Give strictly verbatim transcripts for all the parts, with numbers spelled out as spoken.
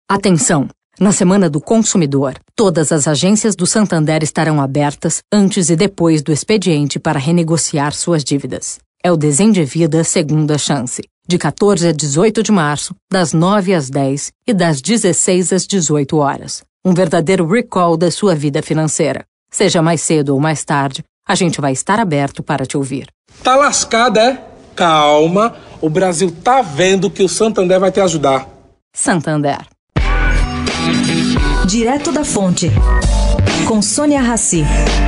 Atenção! Na Semana do Consumidor, todas as agências do Santander estarão abertas antes e depois do expediente para renegociar suas dívidas. É o Desendivida Segunda Chance, de quatorze a dezoito de março, das nove às dez e das dezesseis às dezoito horas. Um verdadeiro recall da sua vida financeira. Seja mais cedo ou mais tarde, a gente vai estar aberto para te ouvir. Tá lascada, é? Calma, o Brasil tá vendo que o Santander vai te ajudar. Santander. Direto da Fonte, com Sônia Rassi.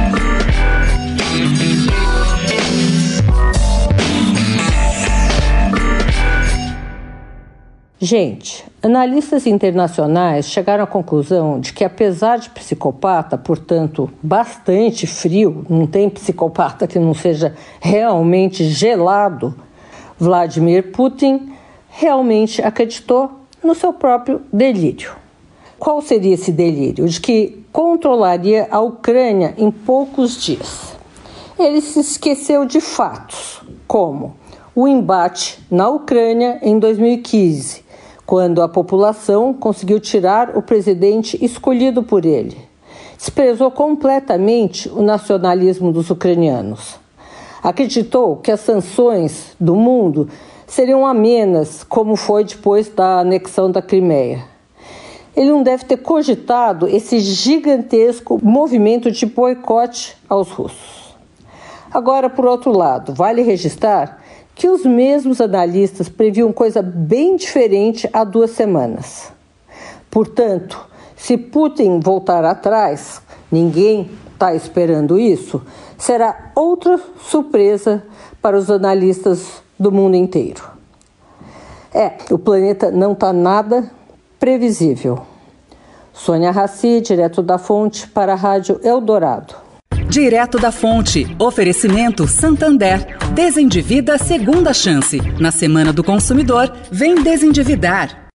Gente, analistas internacionais chegaram à conclusão de que, apesar de psicopata, portanto, bastante frio, não tem psicopata que não seja realmente gelado, Vladimir Putin realmente acreditou no seu próprio delírio. Qual seria esse delírio? De que controlaria a Ucrânia em poucos dias. Ele se esqueceu de fatos, como o embate na Ucrânia em dois mil e quinze, quando a população conseguiu tirar o presidente escolhido por ele. Desprezou completamente o nacionalismo dos ucranianos. Acreditou que as sanções do mundo seriam amenas, como foi depois da anexão da Crimeia. Ele não deve ter cogitado esse gigantesco movimento de boicote aos russos. Agora, por outro lado, vale registrar que os mesmos analistas previam coisa bem diferente há duas semanas. Portanto, se Putin voltar atrás, ninguém está esperando isso, será outra surpresa para os analistas do mundo inteiro. É, o planeta não está nada previsível. Sônia Rassi, direto da Fonte, para a Rádio Eldorado. Direto da Fonte. Oferecimento Santander. Desendivida Segunda Chance. Na Semana do Consumidor, vem desendividar.